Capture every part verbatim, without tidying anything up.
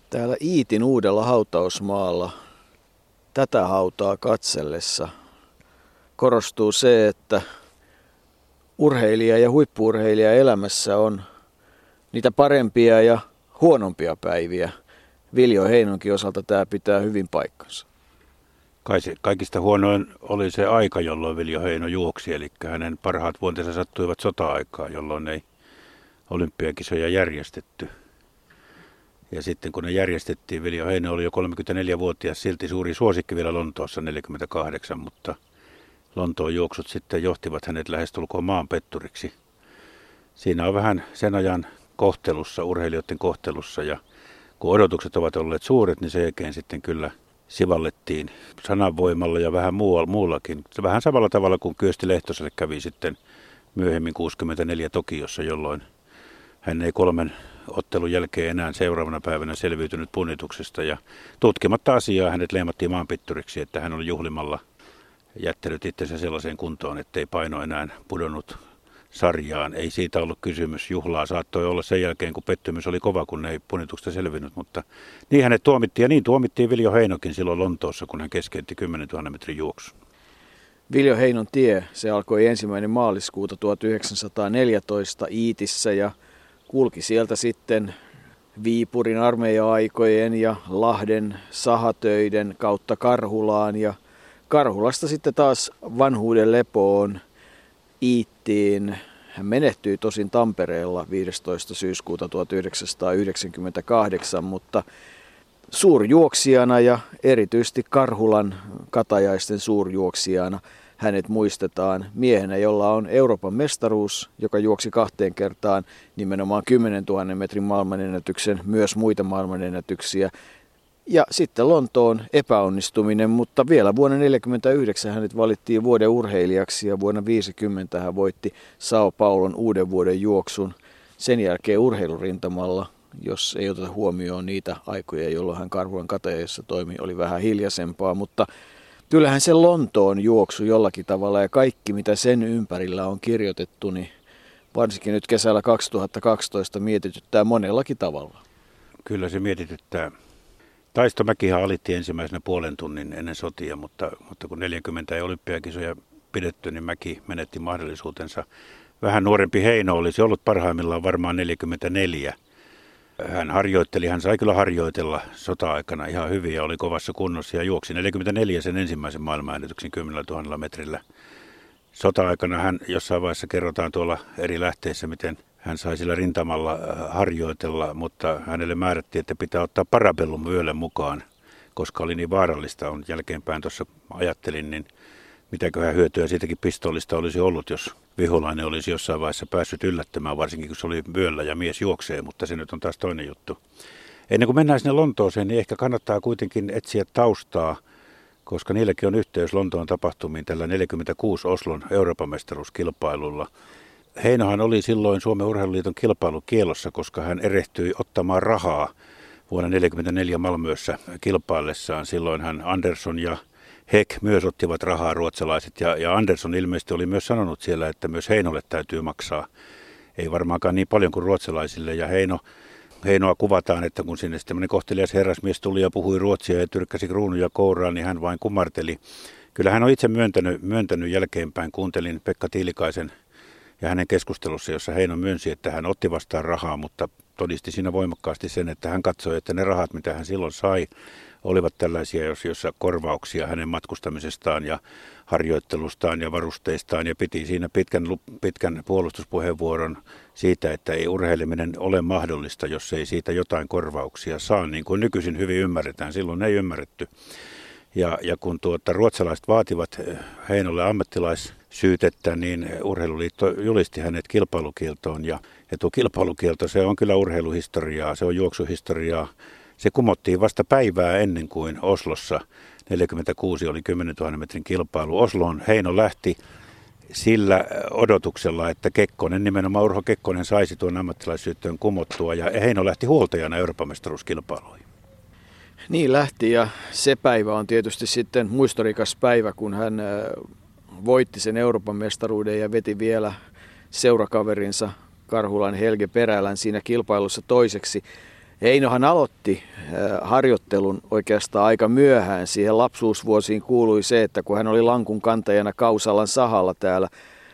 Täällä Iitin uudella hautausmaalla tätä hautaa katsellessa korostuu se, että urheilija ja huippu-urheilija elämässä on niitä parempia ja huonompia päiviä. Viljo Heinonkin osalta tämä pitää hyvin paikkansa. Kai se kaikista huonoin oli se aika, jolloin Viljo Heino juoksi, eli hänen parhaat vuotensa sattuivat sota-aikaan, jolloin ei olympiakisoja järjestetty. Ja sitten kun ne järjestettiin, Viljo Heino oli jo kolmekymmentäneljävuotias, silti suuri suosikki vielä Lontoossa neljäkymmentäkahdeksan, mutta Lontoon juoksut sitten johtivat hänet lähestulkoon maanpetturiksi. Siinä on vähän sen ajan kohtelussa, urheilijoiden kohtelussa, ja kun odotukset ovat olleet suuret, niin sen jälkeen sitten kyllä sivallettiin sananvoimalla ja vähän muullakin. Vähän samalla tavalla kuin Kyösti Lehtoselle kävi sitten myöhemmin kuusikymmentäneljä Tokiossa, jolloin hän ei kolmen ottelun jälkeen enää seuraavana päivänä selviytynyt punnituksesta. Ja tutkimatta asiaa hänet leimattiin maanpitturiksi, että hän oli juhlimalla jättänyt itsensä sellaiseen kuntoon, ettei paino enää pudonnut sarjaan. Ei siitä ollut kysymys. Juhlaa saattoi olla sen jälkeen, kun pettymys oli kova, kun ei punnituksesta selvinnyt. Mutta niin hänet tuomittiin, ja niin tuomittiin Viljo Heinokin silloin Lontoossa, kun hän keskeytti kymmenentuhatta metrin juoksun. Viljo Heinon tie, se alkoi ensimmäinen maaliskuuta tuhatyhdeksänsataaneljätoista Iitissä ja kulki sieltä sitten Viipurin armeija-aikojen ja Lahden sahatöiden kautta Karhulaan ja Karhulasta sitten taas vanhuuden lepoon Iittiin. Hän menehtyi tosin Tampereella viidestoista syyskuuta tuhatyhdeksänsataayhdeksänkymmentäkahdeksan, mutta suurjuoksijana ja erityisesti Karhulan katajaisten suurjuoksijana hänet muistetaan miehenä, jolla on Euroopan mestaruus, joka juoksi kahteen kertaan nimenomaan kymmenentuhatta metrin maailmanennätyksen, myös muita maailmanennätyksiä. Ja sitten Lontoon epäonnistuminen, mutta vielä vuonna tuhatyhdeksänsataaneljäkymmentäyhdeksän hänet valittiin vuoden urheilijaksi ja vuonna tuhatyhdeksänsataaviisikymmentä hän voitti Sao Paulon uuden vuoden juoksun. Sen jälkeen urheilurintamalla, jos ei oteta huomioon niitä aikoja, jolloin hän Karhulan katajassa toimi, oli vähän hiljaisempaa, mutta kyllähän se Lontoon juoksu jollakin tavalla ja kaikki mitä sen ympärillä on kirjoitettu, niin varsinkin nyt kesällä kaksituhattakaksitoista mietityttää monellakin tavalla. Kyllä se mietityttää. Taistomäkihan alitti ensimmäisenä puolen tunnin ennen sotia, mutta, mutta kun neljäkymmentä ei olympiakisoja pidetty, niin Mäki menetti mahdollisuutensa. Vähän nuorempi Heino olisi ollut parhaimmillaan varmaan neljäkymmentäneljä. Hän harjoitteli, hän sai kyllä harjoitella sota-aikana ihan hyvin ja oli kovassa kunnossa ja juoksi neljäkymmentäneljä sen ensimmäisen maailmanennätyksen kymmenellätuhannella metrillä. Sota-aikana hän jossain vaiheessa kerrotaan tuolla eri lähteissä, miten hän sai sillä rintamalla harjoitella, mutta hänelle määrättiin, että pitää ottaa parabellum vyölle mukaan, koska oli niin vaarallista. On jälkeenpäin tuossa ajattelin, niin mitäköhän hyötyä siitäkin pistoolista olisi ollut, jos viholainen olisi jossain vaiheessa päässyt yllättämään, varsinkin kun se oli vyöllä ja mies juoksee, mutta se nyt on taas toinen juttu. Ennen kuin mennään sinne Lontooseen, niin ehkä kannattaa kuitenkin etsiä taustaa, koska niilläkin on yhteys Lontoon tapahtumiin tällä neljäkymmentäkuusi Oslon Euroopan mestaruuskilpailulla. Heinohan oli silloin Suomen Urheiluliiton kilpailukielossa, koska hän erehtyi ottamaan rahaa vuonna tuhatyhdeksänsataaneljäkymmentäneljä Malmössä kilpaillessaan. Silloin hän Andersson ja Heck myös ottivat rahaa, ruotsalaiset, ja, ja Andersson ilmeisesti oli myös sanonut siellä, että myös Heinolle täytyy maksaa. Ei varmaankaan niin paljon kuin ruotsalaisille, ja Heino, Heinoa kuvataan, että kun sinne tämmöinen kohtelias herrasmies tuli ja puhui ruotsia ja tyrkkäsi kruunuja kouraan, niin hän vain kumarteli. Kyllä hän on itse myöntänyt, myöntänyt jälkeenpäin, kuuntelin Pekka Tiilikaisen ja hänen keskustelussa, jossa Heino myönsi, että hän otti vastaan rahaa, mutta todisti siinä voimakkaasti sen, että hän katsoi, että ne rahat, mitä hän silloin sai, olivat tällaisia, joissa korvauksia hänen matkustamisestaan ja harjoittelustaan ja varusteistaan, ja piti siinä pitkän, pitkän puolustuspuheenvuoron siitä, että ei urheileminen ole mahdollista, jos ei siitä jotain korvauksia saa, niin kuin nykyisin hyvin ymmärretään. Silloin ei ymmärretty. Ja, ja kun tuota, ruotsalaiset vaativat Heinolle ammattilaissyytettä, niin Urheiluliitto julisti hänet kilpailukieltoon. Ja, ja tuo kilpailukielto, se on kyllä urheiluhistoriaa, se on juoksuhistoriaa. Se kumottiin vasta päivää ennen kuin Oslossa neljäkymmentäkuusi oli kymmenentuhatta metrin kilpailu. Osloon Heino lähti sillä odotuksella, että Kekkonen, nimenomaan Urho Kekkonen, saisi tuon ammattilaissyytteen kumottua. Ja Heino lähti huoltajana Euroopan mestaruuskilpailuihin. Niin lähti, ja se päivä on tietysti sitten muistorikas päivä, kun hän voitti sen Euroopan mestaruuden ja veti vielä seurakaverinsa Karhulan Helge Perälän siinä kilpailussa toiseksi. Einohan aloitti harjoittelun oikeastaan aika myöhään. Siihen lapsuusvuosiin kuului se, että kun hän oli lankun kantajana Kausalan sahalla täällä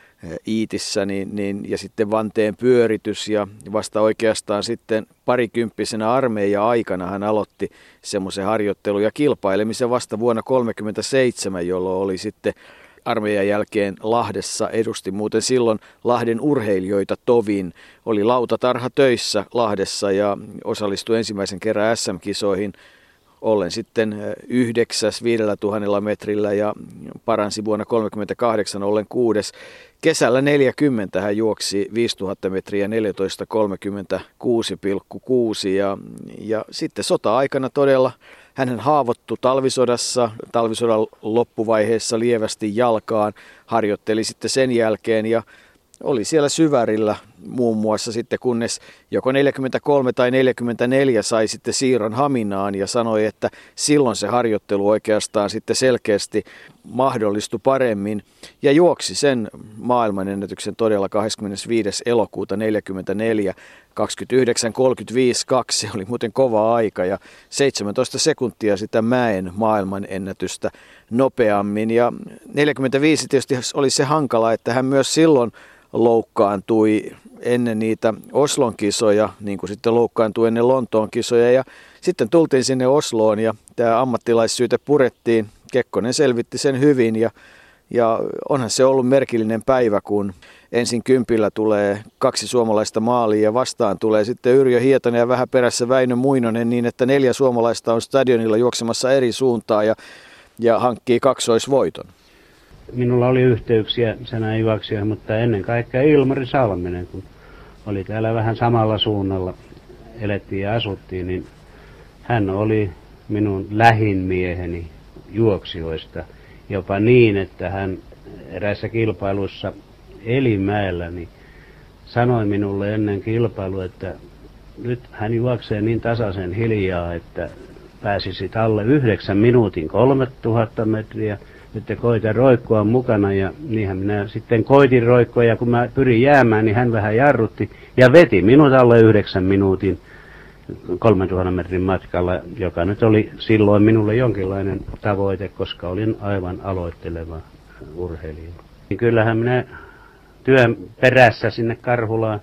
Iitissä, niin, niin, ja sitten vanteen pyöritys ja vasta oikeastaan sitten parikymppisenä armeija-aikana hän aloitti semmoisen harjoittelun ja kilpailemisen vasta vuonna tuhatyhdeksänsataakolmekymmentäseitsemän, jolloin oli sitten armeijan jälkeen Lahdessa, edusti muuten silloin Lahden urheilijoita tovin, oli lautatarha töissä Lahdessa ja osallistui ensimmäisen kerran S M-kisoihin ollen sitten yhdeksäs viidellä tuhannella metrillä ja paransi vuonna tuhatyhdeksänsataakolmekymmentäkahdeksan ollen kuudes. Kesällä neljäkymmentä hän juoksi viisituhatta metriä neljätoista kolmekymmentäkuusi pilkku kuusi ja, ja sitten sota-aikana todella hän haavoittui talvisodassa, talvisodan loppuvaiheessa lievästi jalkaan, harjoitteli sitten sen jälkeen ja oli siellä Syvärillä muun muassa sitten, kunnes joko neljäkymmentäkolme tai neljäkymmentäneljä sai sitten siirron Haminaan ja sanoi, että silloin se harjoittelu oikeastaan sitten selkeästi mahdollistui paremmin ja juoksi sen maailmanennätyksen todella kahdeskymmenesviides elokuuta neljäkymmentäneljä, kaksikymmentäyhdeksän kolmekymmentäviisi kaksi, se oli muuten kova aika ja seitsemäntoista sekuntia sitä mäen maailmanennätystä nopeammin ja neljäkymmentäviisi tietysti oli se hankala, että hän myös silloin loukkaantui ennen niitä Oslon kisoja, niin kuin sitten loukkaantui ennen Lontoon kisoja ja sitten tultiin sinne Osloon ja tämä ammattilaissyyte purettiin. Kekkonen selvitti sen hyvin ja, ja onhan se ollut merkillinen päivä, kun ensin kympillä tulee kaksi suomalaista maalia ja vastaan tulee sitten Yrjö Hietonen ja vähän perässä Väinö Muinonen niin, että neljä suomalaista on stadionilla juoksemassa eri suuntaan ja, ja hankkii kaksoisvoiton. Minulla oli yhteyksiä Senä juoksijoihin, mutta ennen kaikkea Ilmari Salminen, kun oli täällä vähän samalla suunnalla, elettiin ja asuttiin, niin hän oli minun lähin mieheni juoksijoista. Jopa niin, että hän eräissä kilpailuissa Elimäellä niin sanoi minulle ennen kilpailua, että nyt hän juoksee niin tasaisen hiljaa, että pääsisit alle yhdeksän minuutin kolmetuhatta metriä. Nyt te koita roikkoa mukana ja niinhän minä sitten koitin roikkoa ja kun mä pyrin jäämään, niin hän vähän jarrutti ja veti minut alle yhdeksän minuutin kolmentuhannen metrin matkalla, joka nyt oli silloin minulle jonkinlainen tavoite, koska olin aivan aloitteleva urheilija. Niin kyllähän minä työn perässä sinne Karhulaan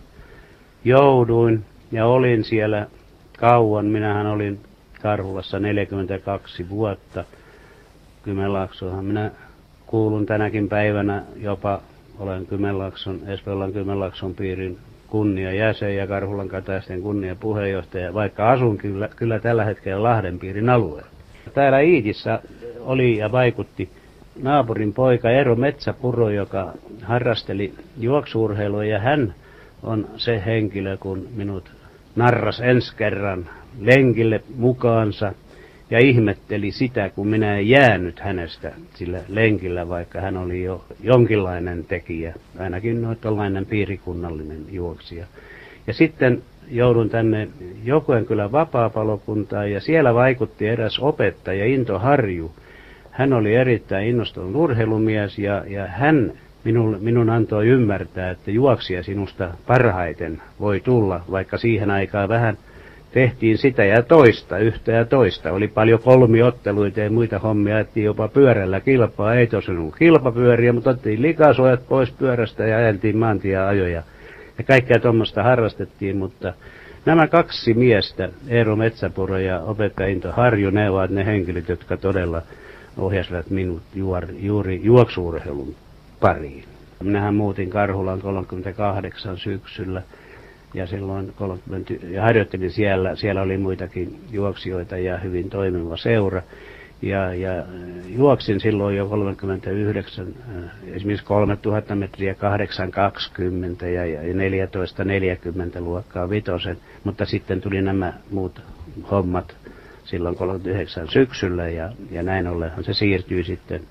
jouduin ja olin siellä kauan. Minähän olin Karhulassa neljäkymmentäkaksi vuotta. Kymenlaaksoonhan minä kuulun tänäkin päivänä jopa, olen Kymenlaakson, Espolan Kymenlaakson piirin kunniajäsen ja Karhulan kataisten kunniapuheenjohtaja, vaikka asun kyllä, kyllä tällä hetkellä Lahden piirin alueella. Täällä Iitissä oli ja vaikutti naapurin poika Eero Metsäpuro, joka harrasteli juoksuurheilua ja hän on se henkilö, kun minut narras ensi kerran lenkille mukaansa. Ja ihmetteli sitä, kun minä en jäänyt hänestä sillä lenkillä, vaikka hän oli jo jonkinlainen tekijä, ainakin noitalainen piirikunnallinen juoksija. Ja sitten joudun tänne Jokenkylän vapaapalokuntaan ja siellä vaikutti eräs opettaja Into Harju. Hän oli erittäin innostunut urheilumies ja, ja hän minun, minun antoi ymmärtää, että juoksija sinusta parhaiten voi tulla, vaikka siihen aikaan vähän tehtiin sitä ja toista, yhtä ja toista. Oli paljon kolmiotteluita ja muita hommia, ajettiin jopa pyörällä kilpaa. Ei tosiaan kilpapyöriä, mutta otettiin likasuojat pois pyörästä ja ajeltiin maantieajoja. Ja kaikkea tuommoista harrastettiin, mutta nämä kaksi miestä, Eero Metsäpuro ja opettaja Into Harju, ne ovat ne henkilöt, jotka todella ohjasivat minut juuri, juuri juoksuurheilun pariin. Minähän muutin Karhulan kolmekymmentäkahdeksan syksyllä. Ja silloin kolmekymmentä, ja harjoittelin siellä, siellä oli muitakin juoksijoita ja hyvin toimiva seura. Ja, ja juoksin silloin jo kolmekymmentäyhdeksän, esimerkiksi kolmetuhatta metriä kahdeksan kaksikymmentä ja, ja neljätoista neljäkymmentä luokkaa vitosen, mutta sitten tuli nämä muut hommat silloin kolmekymmentäyhdeksän syksyllä ja, ja näin ollenhan se siirtyi sitten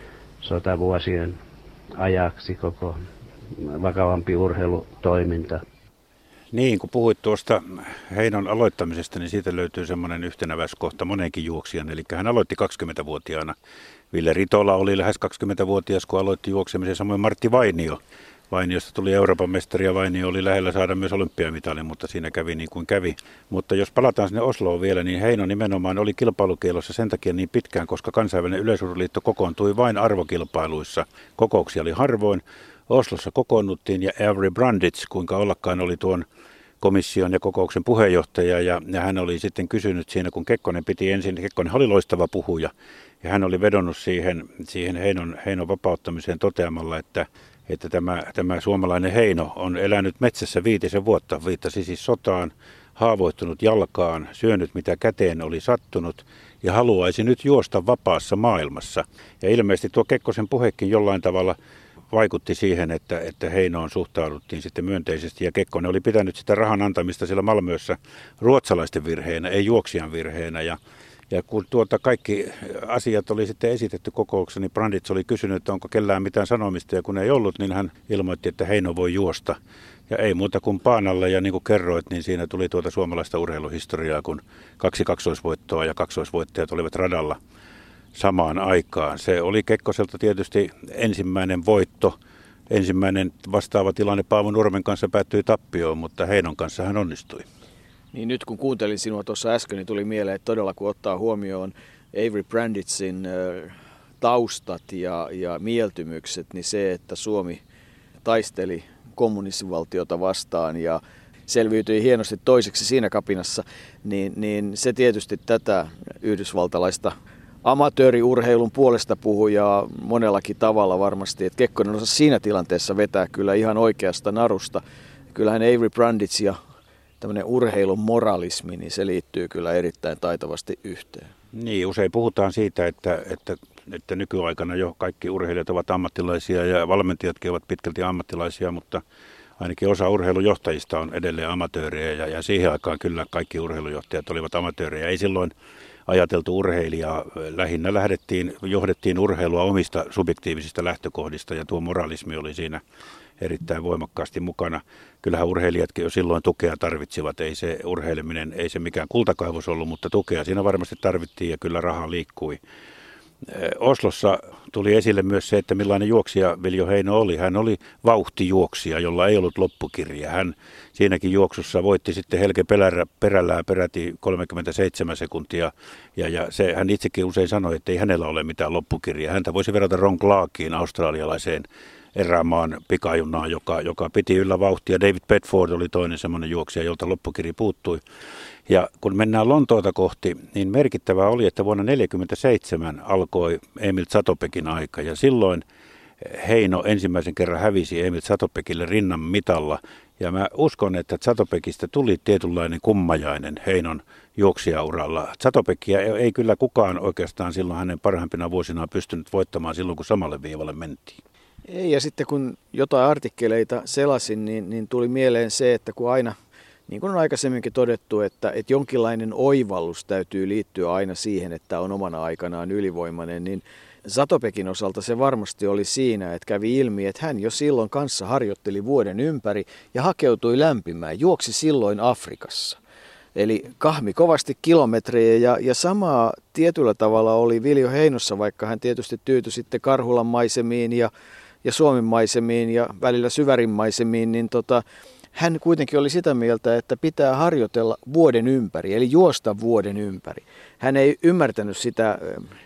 sotavuosien ajaksi koko vakavampi urheilutoiminta. Niin, kun puhuit tuosta Heinon aloittamisesta, niin siitä löytyy semmoinen yhtenäväiskohta monenkin juoksijan. Eli hän aloitti kaksikymmentävuotiaana. Ville Ritola oli lähes kaksikymmentävuotias, kun aloitti juoksemisen. Samoin Martti Vainio Vainiosta tuli Euroopan mestari ja Vainio oli lähellä saada myös olympiamitalin, mutta siinä kävi niin kuin kävi. Mutta jos palataan sinne Osloon vielä, niin Heino nimenomaan oli kilpailukielossa sen takia niin pitkään, koska kansainvälinen yleisurheiluliitto kokoontui vain arvokilpailuissa. Kokouksia oli harvoin. Oslossa kokoonnuttiin ja Avery Brundage, kuinka ollakaan, oli tuon komission ja kokouksen puheenjohtaja, ja, ja hän oli sitten kysynyt siinä, kun Kekkonen piti ensin, Kekkonen oli loistava puhuja, ja hän oli vedonnut siihen, siihen Heinon, Heinon vapauttamiseen toteamalla, että, että tämä, tämä suomalainen Heino on elänyt metsässä viitisen vuotta, viittasi siis sotaan, haavoittunut jalkaan, syönyt mitä käteen oli sattunut, ja haluaisi nyt juosta vapaassa maailmassa. Ja ilmeisesti tuo Kekkosen puhekin jollain tavalla vaikutti siihen, että, että Heinoon suhtauduttiin sitten myönteisesti, ja Kekkonen oli pitänyt sitä rahan antamista siellä Malmössä ruotsalaisten virheenä, ei juoksijan virheenä, ja, ja kun tuota kaikki asiat oli sitten esitetty kokouksessa, niin Brundage oli kysynyt, että onko kellään mitään sanomista, ja kun ei ollut, niin hän ilmoitti, että Heino voi juosta, ja ei muuta kuin paanalle, ja niin kuin kerroit, niin siinä tuli tuota suomalaista urheiluhistoriaa, kun kaksi kaksoisvoittoa ja kaksoisvoittajat olivat radalla samaan aikaan. Se oli Kekkoselta tietysti ensimmäinen voitto. Ensimmäinen vastaava tilanne Paavo Nurmen kanssa päättyi tappioon, mutta Heinon kanssa hän onnistui. Niin nyt kun kuuntelin sinua tuossa äsken, niin tuli mieleen, että todella kun ottaa huomioon Avery Brandagein taustat ja, ja mieltymykset, niin se, että Suomi taisteli kommunistivaltiota vastaan ja selviytyi hienosti toiseksi siinä kapinassa, niin, niin se tietysti tätä yhdysvaltalaista amatööriurheilun puolesta puhujaa monellakin tavalla varmasti, että Kekkonen osasi siinä tilanteessa vetää kyllä ihan oikeasta narusta. Kyllähän Avery Brundage ja tämmöinen urheilun moralismi, niin se liittyy kyllä erittäin taitavasti yhteen. Niin, usein puhutaan siitä, että, että, että nykyaikana jo kaikki urheilijat ovat ammattilaisia ja valmentajatkin ovat pitkälti ammattilaisia, mutta ainakin osa urheilujohtajista on edelleen amatöörejä ja, ja siihen aikaan kyllä kaikki urheilujohtajat olivat amatöörejä. Ei silloin ajateltu urheilijaa, lähinnä lähdettiin, johdettiin urheilua omista subjektiivisista lähtökohdista ja tuo moralismi oli siinä erittäin voimakkaasti mukana. Kyllähän urheilijatkin jo silloin tukea tarvitsivat, ei se urheileminen, ei se mikään kultakaivos ollut, mutta tukea siinä varmasti tarvittiin ja kyllä raha liikkui. Oslossa tuli esille myös se, että millainen juoksija Viljo Heino oli. Hän oli vauhtijuoksija, jolla ei ollut loppukirja. Hän siinäkin juoksussa voitti sitten Helge Perällään peräti kolmekymmentäseitsemän sekuntia. Ja, ja se, hän itsekin usein sanoi, että ei hänellä ole mitään loppukirjaa. Häntä voisi verrata Ron Clarkiin, australialaiseen erämaan pikajunaan, joka, joka piti yllä vauhtia. David Bedford oli toinen semmoinen juoksija, jolta loppukirja puuttui. Ja kun mennään Lontoota kohti, niin merkittävää oli, että vuonna tuhatyhdeksänsataaneljäkymmentäseitsemän alkoi Emil Zatopekin aika. Ja silloin Heino ensimmäisen kerran hävisi Emil Zatopekille rinnan mitalla. Ja mä uskon, että Zatopekista tuli tietynlainen kummajainen Heinon juoksijauralla. Zatopekia ei kyllä kukaan oikeastaan silloin hänen parhaimpina vuosinaan pystynyt voittamaan silloin, kun samalle viivalle mentiin. Ei, ja sitten kun jotain artikkeleita selasin, niin, niin tuli mieleen se, että kun aina, niin kuin on aikaisemminkin todettu, että, että jonkinlainen oivallus täytyy liittyä aina siihen, että on omana aikanaan ylivoimainen, niin Zatopekin osalta se varmasti oli siinä, että kävi ilmi, että hän jo silloin kanssa harjoitteli vuoden ympäri ja hakeutui lämpimään, juoksi silloin Afrikassa. Eli kahmi kovasti kilometrejä ja, ja samaa tietyllä tavalla oli Viljo Heinossa, vaikka hän tietysti tyytyi sitten Karhulan maisemiin ja, ja Suomen maisemiin ja välillä Syvärin maisemiin, niin tota, hän kuitenkin oli sitä mieltä, että pitää harjoitella vuoden ympäri, eli juosta vuoden ympäri. Hän ei ymmärtänyt sitä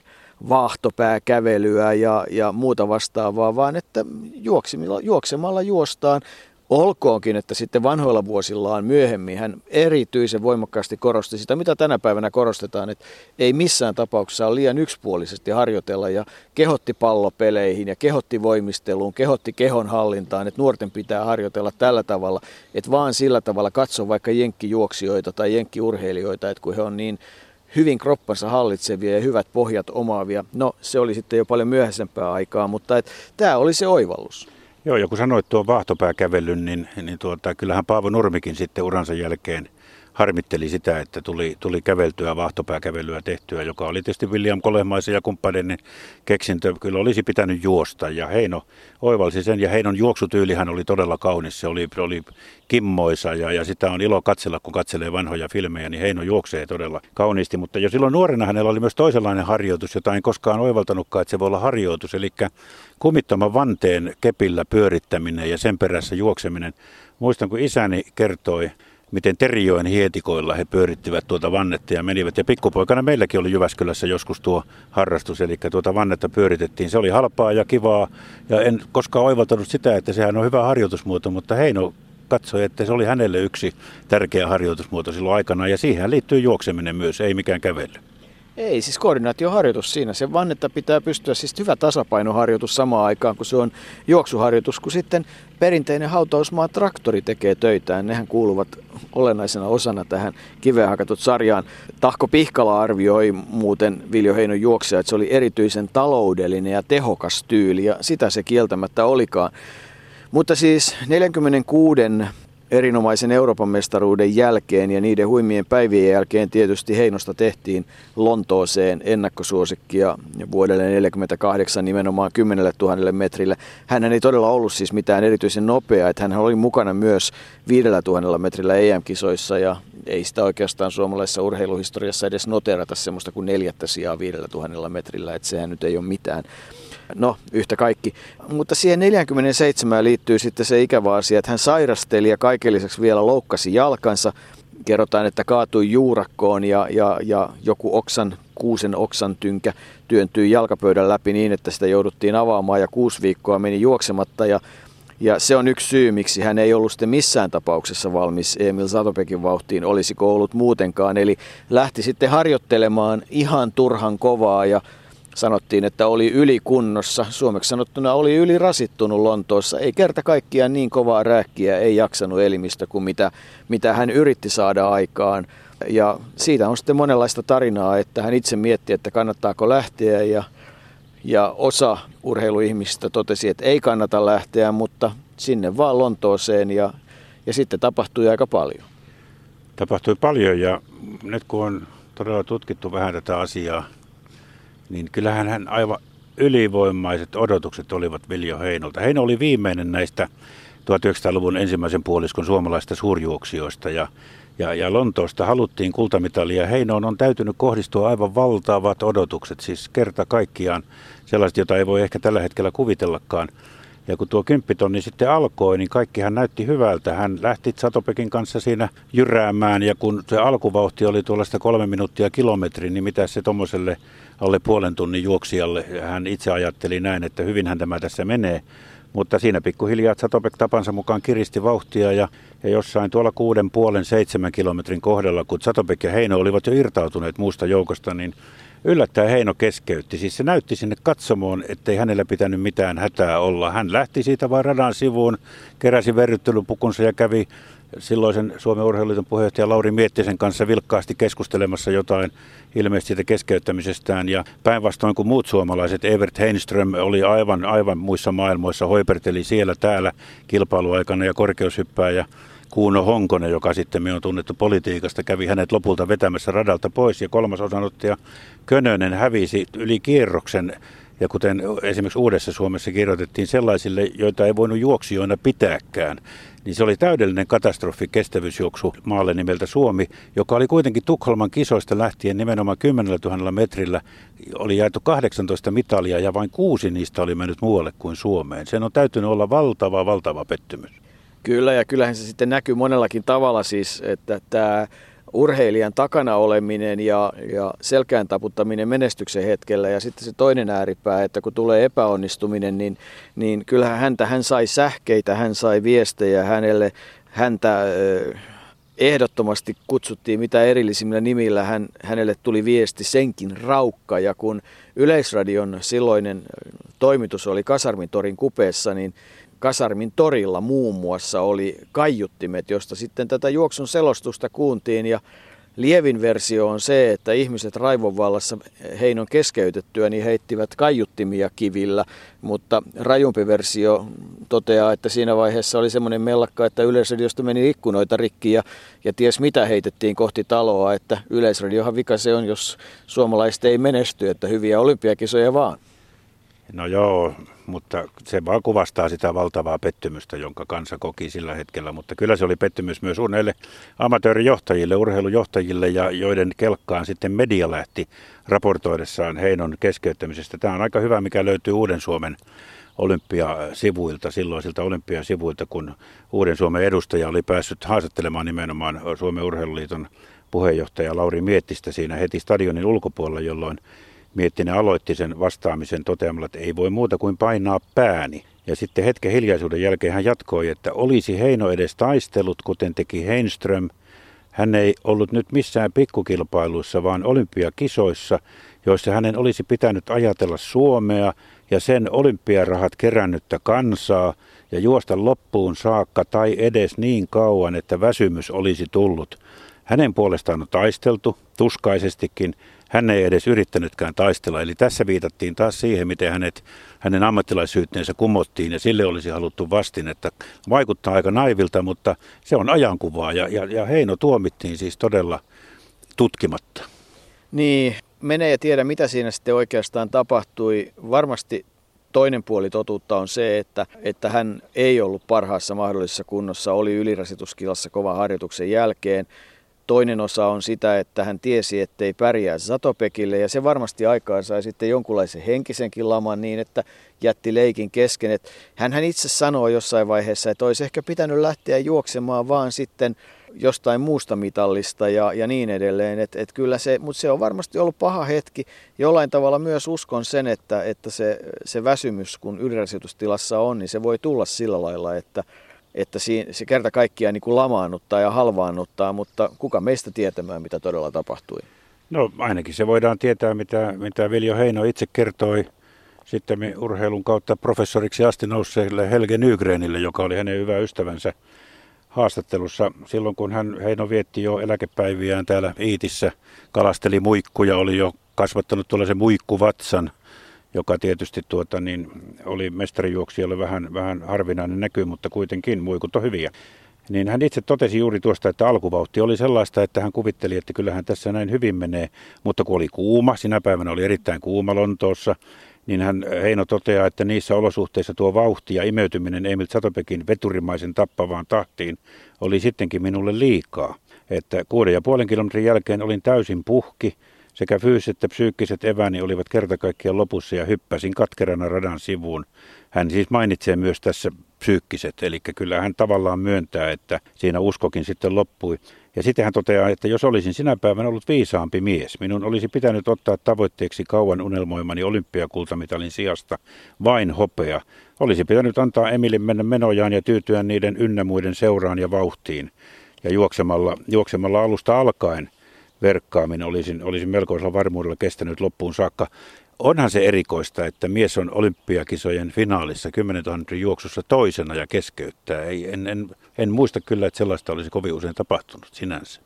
vaahtopääkävelyä ja, ja muuta vastaavaa, vaan että juoksemalla juostaan. Olkoonkin, että sitten vanhoilla vuosillaan myöhemmin hän erityisen voimakkaasti korosti sitä, mitä tänä päivänä korostetaan, että ei missään tapauksessa ole liian yksipuolisesti harjoitella ja kehotti pallopeleihin ja kehotti voimisteluun, kehotti kehonhallintaan, että nuorten pitää harjoitella tällä tavalla, että vaan sillä tavalla katso vaikka jenkkijuoksijoita tai jenkkiurheilijoita, että kun he on niin hyvin kroppansa hallitsevia ja hyvät pohjat omaavia. No se oli sitten jo paljon myöhäisempää aikaa, mutta että tämä oli se oivallus. Joo, ja kun sanoit tuon vaahtopääkävelyn, niin, niin tuota, kyllähän Paavo Nurmikin sitten uransa jälkeen harmitteli sitä, että tuli, tuli käveltyä, vahtopääkävelyä tehtyä, joka oli tietysti William Kolehmaisen ja kumppaneiden keksintö. Kyllä olisi pitänyt juosta ja Heino oivalsi sen ja Heinon juoksutyylihän oli todella kaunis. Se oli, oli kimmoisa ja, ja sitä on ilo katsella, kun katselee vanhoja filmejä, niin Heino juoksee todella kauniisti. Mutta jo silloin nuorena hänellä oli myös toisenlainen harjoitus, jota en koskaan oivaltanutkaan, että se voi olla harjoitus. Eli kumittoman vanteen kepillä pyörittäminen ja sen perässä juokseminen. Muistan, kun isäni kertoi, miten Terijoen hietikoilla he pyörittivät tuota vannetta ja menivät. Ja pikkupoikana meilläkin oli Jyväskylässä joskus tuo harrastus, eli tuota vannetta pyöritettiin. Se oli halpaa ja kivaa, ja en koskaan oivaltanut sitä, että sehän on hyvä harjoitusmuoto, mutta Heino katsoi, että se oli hänelle yksi tärkeä harjoitusmuoto silloin aikana, ja siihen liittyy juokseminen myös, ei mikään kävely. Ei, siis koordinaatioharjoitus siinä. Se vannetta pitää pystyä, siis hyvä tasapainoharjoitus samaan aikaan, kun se on juoksuharjoitus, kun sitten perinteinen hautausmaa traktori tekee töitään. Nehän kuuluvat olennaisena osana tähän kiveen hakatut sarjaan. Tahko Pihkala arvioi muuten Viljo Heinon juoksija, että se oli erityisen taloudellinen ja tehokas tyyli, ja sitä se kieltämättä olikaan. Mutta siis neljänkymmenenkuuden erinomaisen Euroopan mestaruuden jälkeen ja niiden huimien päivien jälkeen tietysti Heinosta tehtiin Lontooseen ennakkosuosikkia vuodelle neljäkymmentäkahdeksan nimenomaan kymmenelle tuhannelle metrille. Hän ei todella ollut siis mitään erityisen nopea, että hän oli mukana myös viidellä tuhannella metrillä E M-kisoissa ja ei sitä oikeastaan suomalaisessa urheiluhistoriassa edes noterata semmoista kuin neljättä sijaa viidellä tuhannella metrillä, että sehän nyt ei ole mitään. No, yhtä kaikki. Mutta siihen neljäkymmentäseitsemän liittyy sitten se ikävä asia, että hän sairasteli ja kaiken lisäksi vielä loukkasi jalkansa. Kerrotaan, että kaatui juurakkoon ja, ja, ja joku oksan, kuusen oksan tynkä työntyi jalkapöydän läpi niin, että sitä jouduttiin avaamaan ja kuusi viikkoa meni juoksematta. Ja, ja se on yksi syy, miksi hän ei ollut sitten missään tapauksessa valmis Emil Zatopekin vauhtiin, olisiko ollut muutenkaan. Eli lähti sitten harjoittelemaan ihan turhan kovaa ja sanottiin, että oli ylikunnossa. Suomeksi sanottuna oli ylirasittunut Lontoossa. Ei kerta kaikkiaan niin kovaa rääkkiä, ei jaksanut elimistä kuin mitä, mitä hän yritti saada aikaan. Ja siitä on sitten monenlaista tarinaa, että hän itse mietti, että kannattaako lähteä. Ja, ja osa urheiluihmisistä totesi, että ei kannata lähteä, mutta sinne vaan Lontooseen. Ja, ja sitten tapahtui aika paljon. Tapahtui paljon ja nyt kun on todella tutkittu vähän tätä asiaa, niin kyllähän hän aivan ylivoimaiset odotukset olivat Viljo Heinolta. Heino oli viimeinen näistä tuhatyhdeksänsataaluvun ensimmäisen puoliskon suomalaista suurjuoksijoista ja, ja, ja Lontoosta haluttiin kultamitalia. Heinoon on täytynyt kohdistua aivan valtavat odotukset, siis kerta kaikkiaan sellaiset, jota ei voi ehkä tällä hetkellä kuvitellakaan. Ja kun tuo kymppitonni sitten alkoi, niin kaikkihan näytti hyvältä. Hän lähti Zatopekin kanssa siinä jyräämään ja kun se alkuvauhti oli tuollaista kolme minuuttia kilometri, niin mitä se tuommoiselle alle puolen tunnin juoksijalle, hän itse ajatteli näin, että hyvinhän tämä tässä menee. Mutta siinä pikkuhiljaa Zatopek tapansa mukaan kiristi vauhtia ja, ja jossain tuolla kuuden puolen seitsemän kilometrin kohdalla, kun Zatopek ja Heino olivat jo irtautuneet muusta joukosta, niin yllättäen Heino keskeytti. Siis se näytti sinne katsomoon, ettei hänellä pitänyt mitään hätää olla. Hän lähti siitä vain radan sivuun, keräsi verryttelypukunsa ja kävi silloisen Suomen Urheiluliiton puheenjohtaja Lauri Miettisen kanssa vilkkaasti keskustelemassa jotain ilmeisesti siitä keskeyttämisestään. Ja päinvastoin kuin muut suomalaiset, Evert Heinström oli aivan, aivan muissa maailmoissa, hoiperteli siellä täällä kilpailuaikana ja korkeushyppääjä Kuuno Honkonen, joka sitten on tunnettu politiikasta, kävi hänet lopulta vetämässä radalta pois ja kolmas osanottaja Könönen hävisi yli kierroksen. Ja kuten esimerkiksi Uudessa Suomessa kirjoitettiin sellaisille, joita ei voinut juoksijoina pitääkään, niin se oli täydellinen katastrofi kestävyysjuoksu maalle nimeltä Suomi, joka oli kuitenkin Tukholman kisoista lähtien nimenomaan kymmenellä tuhannella metrillä. Oli jaettu kahdeksantoista mitalia ja vain kuusi niistä oli mennyt muualle kuin Suomeen. Sen on täytynyt olla valtava, valtava pettymys. Kyllä, ja kyllähän se sitten näkyy monellakin tavalla siis, että tämä urheilijan takana oleminen ja, ja selkään taputtaminen menestyksen hetkellä ja sitten se toinen ääripää, että kun tulee epäonnistuminen, niin, niin kyllähän häntä, hän sai sähkeitä, hän sai viestejä hänelle, häntä eh, ehdottomasti kutsuttiin mitä erillisimmillä nimillä, hän, hänelle tuli viesti senkin raukka ja kun Yleisradion silloinen toimitus oli Kasarmin torin kupeessa, niin Kasarmin torilla muun muassa oli kaiuttimet, josta sitten tätä juoksun selostusta kuultiin ja Lievin versio on se, että ihmiset raivonvallassa Heinon keskeytettyä niin heittivät kaiuttimia kivillä, mutta rajumpi versio toteaa, että siinä vaiheessa oli semmoinen mellakka, että Yleisradiosta meni ikkunoita rikki ja, ja ties mitä heitettiin kohti taloa, että Yleisradiohan vika se on, jos suomalaiset ei menesty, että hyviä olympiakisoja vaan. No joo, mutta se vaan kuvastaa sitä valtavaa pettymystä, jonka kansa koki sillä hetkellä. Mutta kyllä se oli pettymys myös näille amatöörijohtajille, urheilujohtajille, ja joiden kelkkaan sitten media lähti raportoidessaan Heinon keskeyttämisestä. Tämä on aika hyvä, mikä löytyy Uuden Suomen olympiasivuilta, silloisilta olympiasivuilta, kun Uuden Suomen edustaja oli päässyt haastattelemaan nimenomaan Suomen Urheiluliiton puheenjohtaja Lauri Miettistä siinä heti stadionin ulkopuolella, jolloin Miettinen aloitti sen vastaamisen toteamalla, että ei voi muuta kuin painaa pääni. Ja sitten hetken hiljaisuuden jälkeen hän jatkoi, että olisi Heino edes taistellut, kuten teki Heinström. Hän ei ollut nyt missään pikkukilpailuissa, vaan olympiakisoissa, joissa hänen olisi pitänyt ajatella Suomea ja sen olympiarahat kerännyttä kansaa ja juosta loppuun saakka tai edes niin kauan, että väsymys olisi tullut. Hänen puolestaan on taisteltu, tuskaisestikin. Hän ei edes yrittänytkään taistella. Eli tässä viitattiin taas siihen, miten hänet, hänen ammattilaissyytteensä kumottiin ja sille olisi haluttu vastin, että vaikuttaa aika naivilta, mutta se on ajankuvaa ja, ja, ja Heino tuomittiin siis todella tutkimatta. Niin, menee ja tiedä mitä siinä sitten oikeastaan tapahtui. Varmasti toinen puoli totuutta on se, että, että hän ei ollut parhaassa mahdollisessa kunnossa, oli ylirasituskilassa kovan harjoituksen jälkeen. Toinen osa on sitä, että hän tiesi, ettei pärjää Zatopekille ja se varmasti aikaan sai sitten jonkunlaisen henkisenkin laman niin, että jätti leikin kesken. Että hänhän itse sanoo jossain vaiheessa, että olisi ehkä pitänyt lähteä juoksemaan vaan sitten jostain muusta mitallista ja, ja niin edelleen. Et, et kyllä se, mutta se on varmasti ollut paha hetki. Jollain tavalla myös uskon sen, että, että se, se väsymys, kun ylirasitustilassa on, niin se voi tulla sillä lailla, että että se kerta kaikkiaan niin kuin lamaannuttaa ja halvaannuttaa, mutta kuka meistä tietämään, mitä todella tapahtui? No ainakin se voidaan tietää, mitä, mitä Viljo Heino itse kertoi sitten urheilun kautta professoriksi asti nousseelle Helge Nygrenille, joka oli hänen hyvä ystävänsä haastattelussa. Silloin kun hän Heino vietti jo eläkepäiviään täällä Iitissä, kalasteli muikkuja, oli jo kasvattanut tuollaisen muikkuvatsan, joka tietysti tuota, niin, oli mestarijuoksijalle vähän, vähän harvinainen näky, mutta kuitenkin muikut on hyviä. Niin hän itse totesi juuri tuosta, että alkuvauhti oli sellaista, että hän kuvitteli, että kyllähän tässä näin hyvin menee, mutta kun oli kuuma, sinä päivänä oli erittäin kuuma Lontoossa, niin hän Heino toteaa, että niissä olosuhteissa tuo vauhti ja imeytyminen Emil Zatopekin veturimaisen tappavaan tahtiin oli sittenkin minulle liikaa. Että kuuden ja puolen kilometrin jälkeen olin täysin puhki. Sekä fyysiset että psyykkiset eväni olivat kertakaikkiaan lopussa ja hyppäsin katkerana radan sivuun. Hän siis mainitsee myös tässä psyykkiset, eli kyllä hän tavallaan myöntää, että siinä uskokin sitten loppui. Ja sitten hän toteaa, että jos olisin sinä päivänä ollut viisaampi mies, minun olisi pitänyt ottaa tavoitteeksi kauan unelmoimani olympiakultamitalin sijasta vain hopea. Olisi pitänyt antaa Emilin mennä menojaan ja tyytyä niiden ynnä muiden seuraan ja vauhtiin. Ja juoksemalla, juoksemalla alusta alkaen verkkaaminen olisin, olisin melkoisella varmuudella kestänyt loppuun saakka. Onhan se erikoista, että mies on olympiakisojen finaalissa kymmenentuhannen juoksussa toisena ja keskeyttää. Ei, en, en, en muista kyllä, että sellaista olisi kovin usein tapahtunut sinänsä.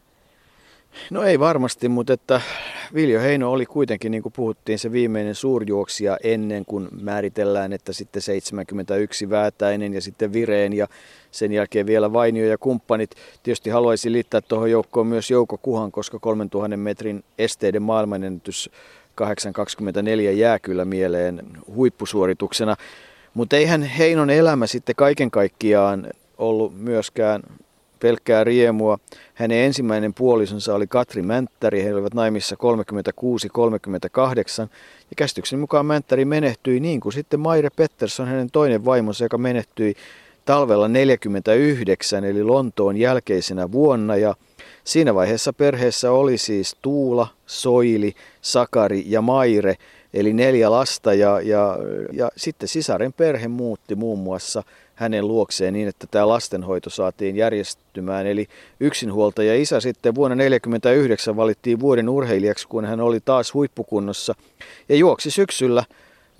No ei varmasti, mutta että Viljo Heino oli kuitenkin, niin kuin puhuttiin, se viimeinen suurjuoksija ennen kuin määritellään, että sitten seitsemänkymmentäyksi Väätäinen ja sitten Vireen ja sen jälkeen vielä Vainio ja kumppanit. Tietysti haluaisin liittää tuohon joukkoon myös Jouko Kuhan, koska kolmentuhannen metrin esteiden maailmanennätys kahdeksan kaksikymmentäneljä jää kyllä mieleen huippusuorituksena. Mutta eihän Heinon elämä sitten kaiken kaikkiaan ollut myöskään pelkkää riemua. Hänen ensimmäinen puolisonsa oli Katri Mänttäri. He olivat naimissa kolmekymmentäkuusi kolmekymmentäkahdeksan. Ja käsityksen mukaan Mänttäri menehtyi niin kuin sitten Maire Pettersson, hänen toinen vaimonsa, joka menehtyi talvella neljäkymmentäyhdeksän, eli Lontoon jälkeisenä vuonna. Ja siinä vaiheessa perheessä oli siis Tuula, Soili, Sakari ja Maire, eli neljä lasta. Ja, ja, ja sitten sisaren perhe muutti muun muassa hänen luokseen niin, että tämä lastenhoito saatiin järjestymään. Eli yksinhuoltaja isä sitten vuonna tuhatyhdeksänsataaneljäkymmentäyhdeksän valittiin vuoden urheilijaksi, kun hän oli taas huippukunnossa ja juoksi syksyllä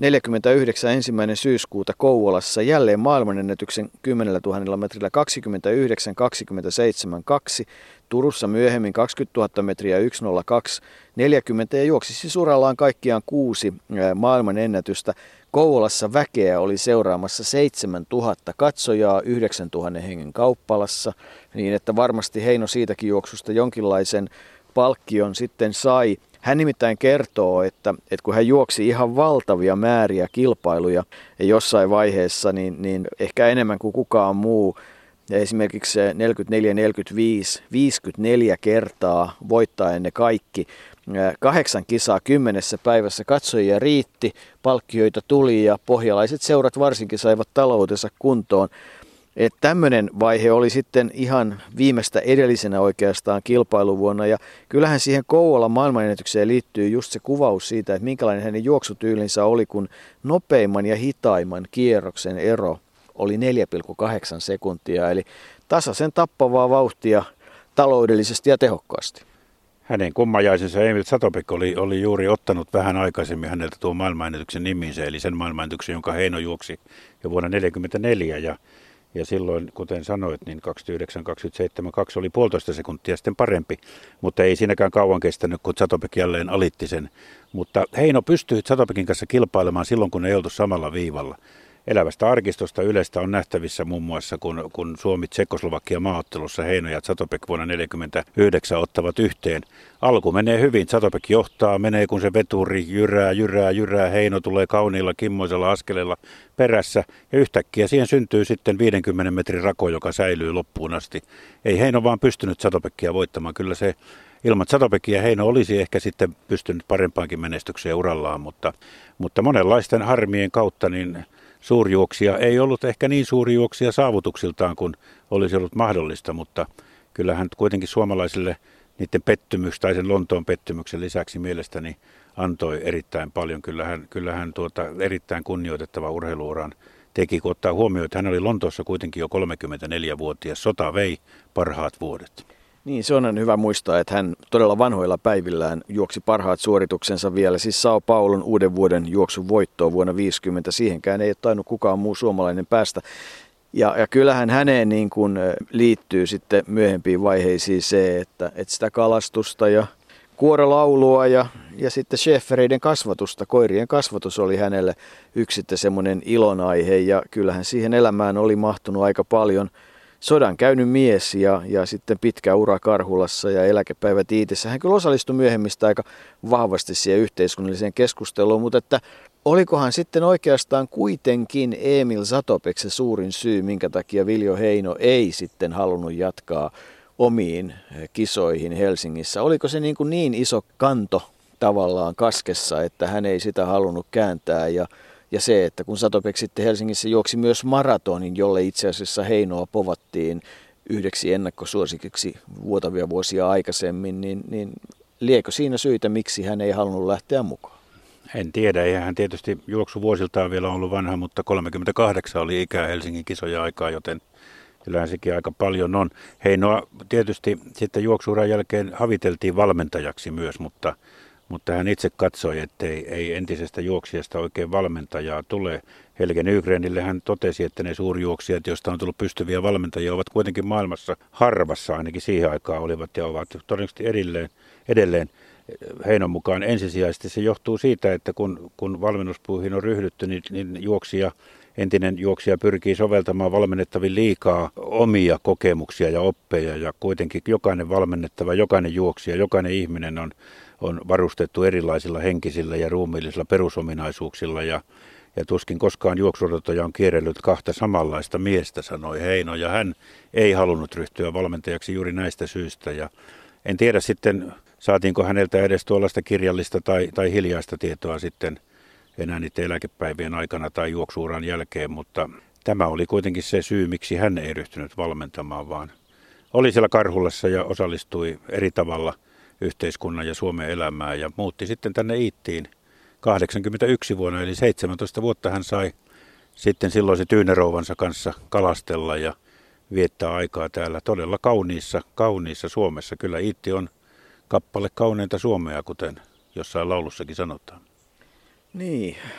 neljäkymmentäyhdeksän ensimmäinen syyskuuta Kouvolassa jälleen maailmanennätyksen kymmenellätuhannella metrillä kaksikymmentäyhdeksän kaksikymmentäseitsemän kaksi. Turussa myöhemmin kaksikymmentätuhatta metriä yksi nolla kaksi neljäkymmentä ja juoksi siis urallaan kaikkiaan kuusi maailmanennätystä. Kouvolassa väkeä oli seuraamassa seitsemäntuhatta katsojaa yhdeksäntuhatta hengen kauppalassa, niin että varmasti Heino siitäkin juoksusta jonkinlaisen palkkion sitten sai. Hän nimittäin kertoo, että, että kun hän juoksi ihan valtavia määriä kilpailuja jossain vaiheessa, niin, niin ehkä enemmän kuin kukaan muu, ja esimerkiksi neljäkymmentäneljä neljäkymmentäviisi, viisikymmentäneljä kertaa voittaen ne kaikki. Kahdeksan kisaa kymmenessä päivässä katsojia riitti, palkkioita tuli ja pohjalaiset seurat varsinkin saivat taloutensa kuntoon. Että tämmöinen vaihe oli sitten ihan viimeistä edellisenä oikeastaan kilpailuvuonna ja kyllähän siihen Kouvolan maailmanennätykseen liittyy just se kuvaus siitä, että minkälainen hänen juoksutyylinsä oli, kun nopeimman ja hitaimman kierroksen ero oli neljä pilkku kahdeksan sekuntia, eli tasaisen tappavaa vauhtia taloudellisesti ja tehokkaasti. Hänen kummajaisensa Emil Zatopek oli, oli juuri ottanut vähän aikaisemmin häneltä tuon maailmanennätyksen niminsä, eli sen maailmanennätyksen, jonka Heino juoksi jo vuonna tuhatyhdeksänsataaneljäkymmentäneljä ja Ja silloin, kuten sanoit, niin kaksikymmentäyhdeksän kaksikymmentäseitsemän kaksi oli puolitoista sekuntia sitten parempi, mutta ei siinäkään kauan kestänyt, kun Zatopek jälleen alitti sen. Mutta Heino pystyi Zatopekin kanssa kilpailemaan silloin, kun ei oltu samalla viivalla. Elävästä arkistosta Ylestä on nähtävissä muun muassa, kun, kun Suomi Tsekkoslovakia maaottelussa Heino ja Zatopek vuonna tuhatyhdeksänsataaneljäkymmentäyhdeksän ottavat yhteen. Alku menee hyvin, Zatopek johtaa, menee kun se veturi jyrää, jyrää, jyrää, Heino tulee kauniilla kimmoisella askeleella perässä ja yhtäkkiä siihen syntyy sitten viidenkymmenen metrin rako, joka säilyy loppuun asti. Ei Heino vaan pystynyt Zatopekia voittamaan, kyllä se ilman Zatopekia Heino olisi ehkä sitten pystynyt parempaankin menestykseen urallaan, mutta, mutta monenlaisten harmien kautta niin suurjuoksija ei ollut ehkä niin suuri juoksija saavutuksiltaan kuin olisi ollut mahdollista, mutta kyllähän kuitenkin suomalaisille niiden pettymys tai sen Lontoon pettymyksen lisäksi mielestäni antoi erittäin paljon. Kyllähän, kyllähän tuota erittäin kunnioitettava urheiluuran teki, kun ottaa huomioon, että hän oli Lontoossa kuitenkin jo kolmekymmentäneljävuotias. Sota vei parhaat vuodet. Niin, se on hyvä muistaa, että hän todella vanhoilla päivillään juoksi parhaat suorituksensa vielä, siis Sao Paulon uuden vuoden juoksun voittoon vuonna viisikymmentä. Siihenkään ei ole tainnut kukaan muu suomalainen päästä. Ja, ja kyllähän häneen niin kuin liittyy sitten myöhempiin vaiheisiin se, että, että sitä kalastusta ja kuorolaulua ja, ja sitten schäfereiden kasvatusta, koirien kasvatus oli hänelle yksi sitten semmoinen ilonaihe ja kyllähän siihen elämään oli mahtunut aika paljon sodan käynyt mies ja, ja sitten pitkä ura Karhulassa ja eläkepäivät Iitissä. Hän kyllä osallistui myöhemmistä aika vahvasti siihen yhteiskunnalliseen keskusteluun, mutta että olikohan sitten oikeastaan kuitenkin Emil Zatopek se suurin syy, minkä takia Viljo Heino ei sitten halunnut jatkaa omiin kisoihin Helsingissä. Oliko se niin, kuin niin iso kanto tavallaan kaskessa, että hän ei sitä halunnut kääntää ja Ja se, että kun Zatopek sitten Helsingissä juoksi myös maratonin, jolle itse asiassa Heinoa povattiin yhdeksi ennakkosuosikiksi vuotavia vuosia aikaisemmin, niin, niin liekö siinä syitä, miksi hän ei halunnut lähteä mukaan? En tiedä, eihän hän tietysti juoksuvuosiltaan vielä ollut vanha, mutta kolmekymmentäkahdeksan oli ikää Helsingin kisoja aikaa, joten kyllähän sekin aika paljon on. Heinoa tietysti sitten juoksuuran jälkeen haviteltiin valmentajaksi myös, mutta Mutta hän itse katsoi, että ei, ei entisestä juoksijasta oikein valmentajaa tule. Helge Nygrenille hän totesi, että ne suurjuoksijat, joista on tullut pystyviä valmentajia, ovat kuitenkin maailmassa harvassa, ainakin siihen aikaan olivat ja ovat todennäköisesti edelleen, edelleen Heinon mukaan ensisijaisesti. Se johtuu siitä, että kun, kun valmennuspuihin on ryhdytty, niin, niin juoksija, entinen juoksija pyrkii soveltamaan valmennettavin liikaa omia kokemuksia ja oppeja ja kuitenkin jokainen valmennettava, jokainen juoksija, jokainen ihminen on on varustettu erilaisilla henkisillä ja ruumiillisilla perusominaisuuksilla ja, ja tuskin koskaan juoksuratoja on kierrellyt kahta samanlaista miestä, sanoi Heino, ja hän ei halunnut ryhtyä valmentajaksi juuri näistä syistä. Ja en tiedä sitten, saatiinko häneltä edes tuollaista kirjallista tai, tai hiljaista tietoa sitten enää niiden eläkepäivien aikana tai juoksuuran jälkeen, mutta tämä oli kuitenkin se syy, miksi hän ei ryhtynyt valmentamaan, vaan oli siellä Karhulassa ja osallistui eri tavalla yhteiskunnan ja Suomen elämää ja muutti sitten tänne Iittiin kahdeksankymmentäyksi vuonna, eli seitsemäntoista vuotta hän sai sitten silloisen tyynerouvansa kanssa kalastella ja viettää aikaa täällä todella kauniissa, kauniissa Suomessa. Kyllä Iitti on kappale kauneinta Suomea, kuten jossain laulussakin sanotaan. Niin,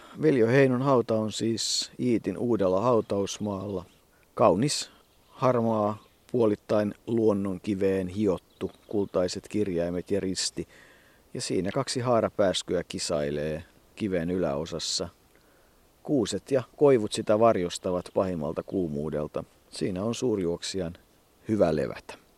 Veljo Heinon hauta on siis Iitin uudella hautausmaalla. Kaunis, harmaa, puolittain luonnonkiveen hiottu, kultaiset kirjaimet ja risti. Ja siinä kaksi haarapääskyä kisailee kiven yläosassa. Kuuset ja koivut sitä varjostavat pahimmalta kuumuudelta. Siinä on suurjuoksijan hyvä levätä.